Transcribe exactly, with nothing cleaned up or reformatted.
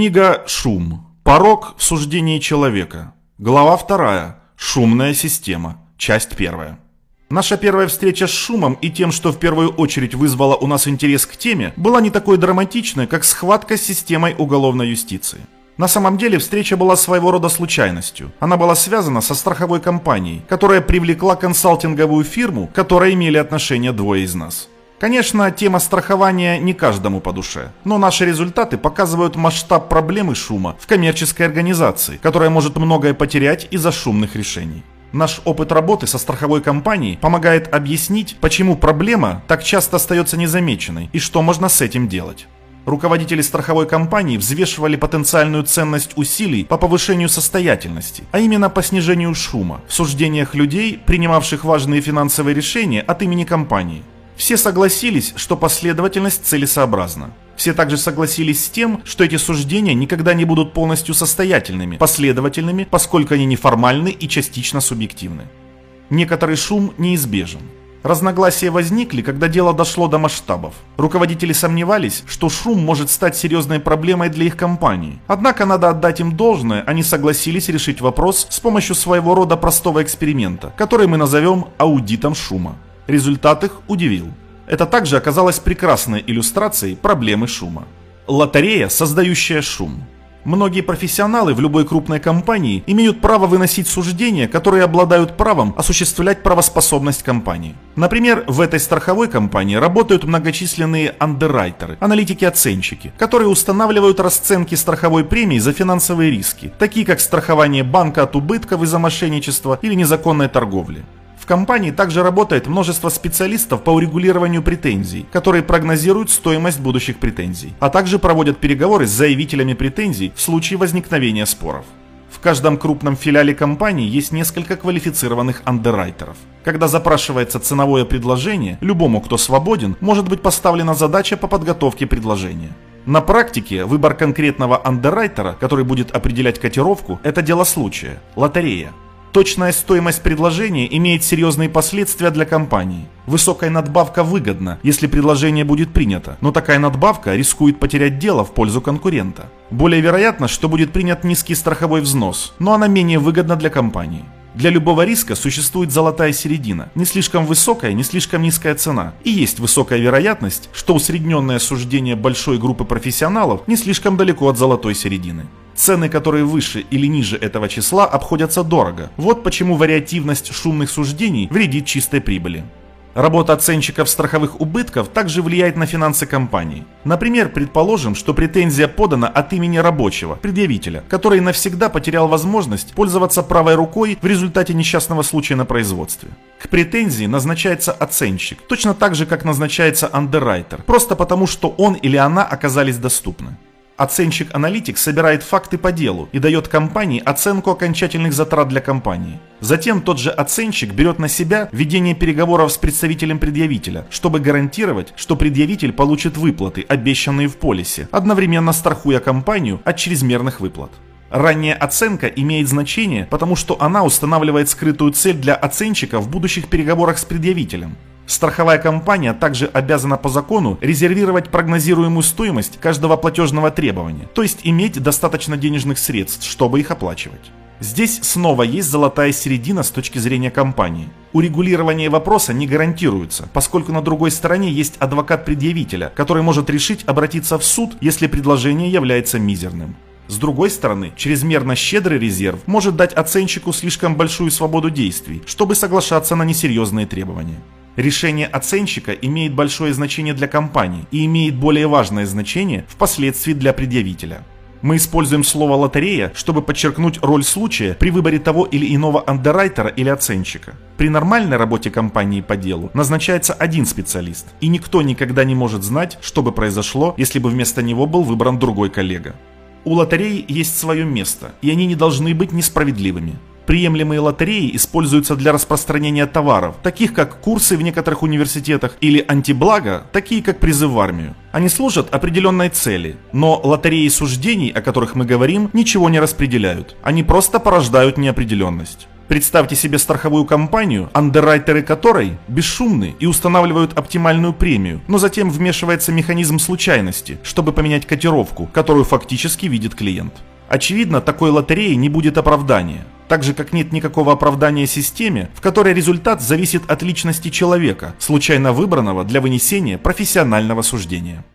Книга «Шум. Порок в суждении человека». Глава вторая. Шумная система. Часть первая. Наша первая встреча с шумом и тем, что в первую очередь вызвало у нас интерес к теме, была не такой драматичной, как схватка с системой уголовной юстиции. На самом деле встреча была своего рода случайностью. Она была связана со страховой компанией, которая привлекла консалтинговую фирму, к которой имели отношение двое из нас. Конечно, тема страхования не каждому по душе, но наши результаты показывают масштаб проблемы шума в коммерческой организации, которая может многое потерять из-за шумных решений. Наш опыт работы со страховой компанией помогает объяснить, почему проблема так часто остается незамеченной и что можно с этим делать. Руководители страховой компании взвешивали потенциальную ценность усилий по повышению состоятельности, а именно по снижению шума в суждениях людей, принимавших важные финансовые решения от имени компании. Все согласились, что последовательность целесообразна. Все также согласились с тем, что эти суждения никогда не будут полностью состоятельными, последовательными, поскольку они неформальны и частично субъективны. Некоторый шум неизбежен. Разногласия возникли, когда дело дошло до масштабов. Руководители сомневались, что шум может стать серьезной проблемой для их компании. Однако надо отдать им должное, они согласились решить вопрос с помощью своего рода простого эксперимента, который мы назовем аудитом шума. Результат их удивил. Это также оказалось прекрасной иллюстрацией проблемы шума. Лотерея, создающая шум. Многие профессионалы в любой крупной компании имеют право выносить суждения, которые обладают правом осуществлять правоспособность компании. Например, в этой страховой компании работают многочисленные андеррайтеры, аналитики-оценщики, которые устанавливают расценки страховой премии за финансовые риски, такие как страхование банка от убытков из-за мошенничества или незаконной торговли. В компании также работает множество специалистов по урегулированию претензий, которые прогнозируют стоимость будущих претензий, а также проводят переговоры с заявителями претензий в случае возникновения споров. В каждом крупном филиале компании есть несколько квалифицированных андеррайтеров. Когда запрашивается ценовое предложение, любому, кто свободен, может быть поставлена задача по подготовке предложения. На практике выбор конкретного андеррайтера, который будет определять котировку, это дело случая, лотерея. Точная стоимость предложения имеет серьезные последствия для компании. Высокая надбавка выгодна, если предложение будет принято, но такая надбавка рискует потерять дело в пользу конкурента. Более вероятно, что будет принят низкий страховой взнос, но она менее выгодна для компании. Для любого риска существует золотая середина, не слишком высокая, не слишком низкая цена, и есть высокая вероятность, что усредненное суждение большой группы профессионалов не слишком далеко от золотой середины. Цены, которые выше или ниже этого числа, обходятся дорого. Вот почему вариативность шумных суждений вредит чистой прибыли. Работа оценщиков страховых убытков также влияет на финансы компании. Например, предположим, что претензия подана от имени рабочего, предъявителя, который навсегда потерял возможность пользоваться правой рукой в результате несчастного случая на производстве. К претензии назначается оценщик, точно так же, как назначается андеррайтер, просто потому, что он или она оказались доступны. Оценщик-аналитик собирает факты по делу и дает компании оценку окончательных затрат для компании. Затем тот же оценщик берет на себя ведение переговоров с представителем предъявителя, чтобы гарантировать, что предъявитель получит выплаты, обещанные в полисе, одновременно страхуя компанию от чрезмерных выплат. Ранняя оценка имеет значение, потому что она устанавливает скрытую цель для оценщика в будущих переговорах с предъявителем. Страховая компания также обязана по закону резервировать прогнозируемую стоимость каждого платежного требования, то есть иметь достаточно денежных средств, чтобы их оплачивать. Здесь снова есть золотая середина с точки зрения компании. Урегулирование вопроса не гарантируется, поскольку на другой стороне есть адвокат предъявителя, который может решить обратиться в суд, если предложение является мизерным. С другой стороны, чрезмерно щедрый резерв может дать оценщику слишком большую свободу действий, чтобы соглашаться на несерьезные требования. Решение оценщика имеет большое значение для компании и имеет более важное значение впоследствии для предъявителя. Мы используем слово «лотерея», чтобы подчеркнуть роль случая при выборе того или иного андеррайтера или оценщика. При нормальной работе компании по делу назначается один специалист, и никто никогда не может знать, что бы произошло, если бы вместо него был выбран другой коллега. У лотереи есть свое место, и они не должны быть несправедливыми. Приемлемые лотереи используются для распространения товаров, таких как курсы в некоторых университетах или антиблага, такие как призыв в армию. Они служат определенной цели, но лотереи суждений, о которых мы говорим, ничего не распределяют. Они просто порождают неопределенность. Представьте себе страховую компанию, андеррайтеры которой бесшумны и устанавливают оптимальную премию, но затем вмешивается механизм случайности, чтобы поменять котировку, которую фактически видит клиент. Очевидно, такой лотереи не будет оправдания. Так же, как нет никакого оправдания системе, в которой результат зависит от личности человека, случайно выбранного для вынесения профессионального суждения.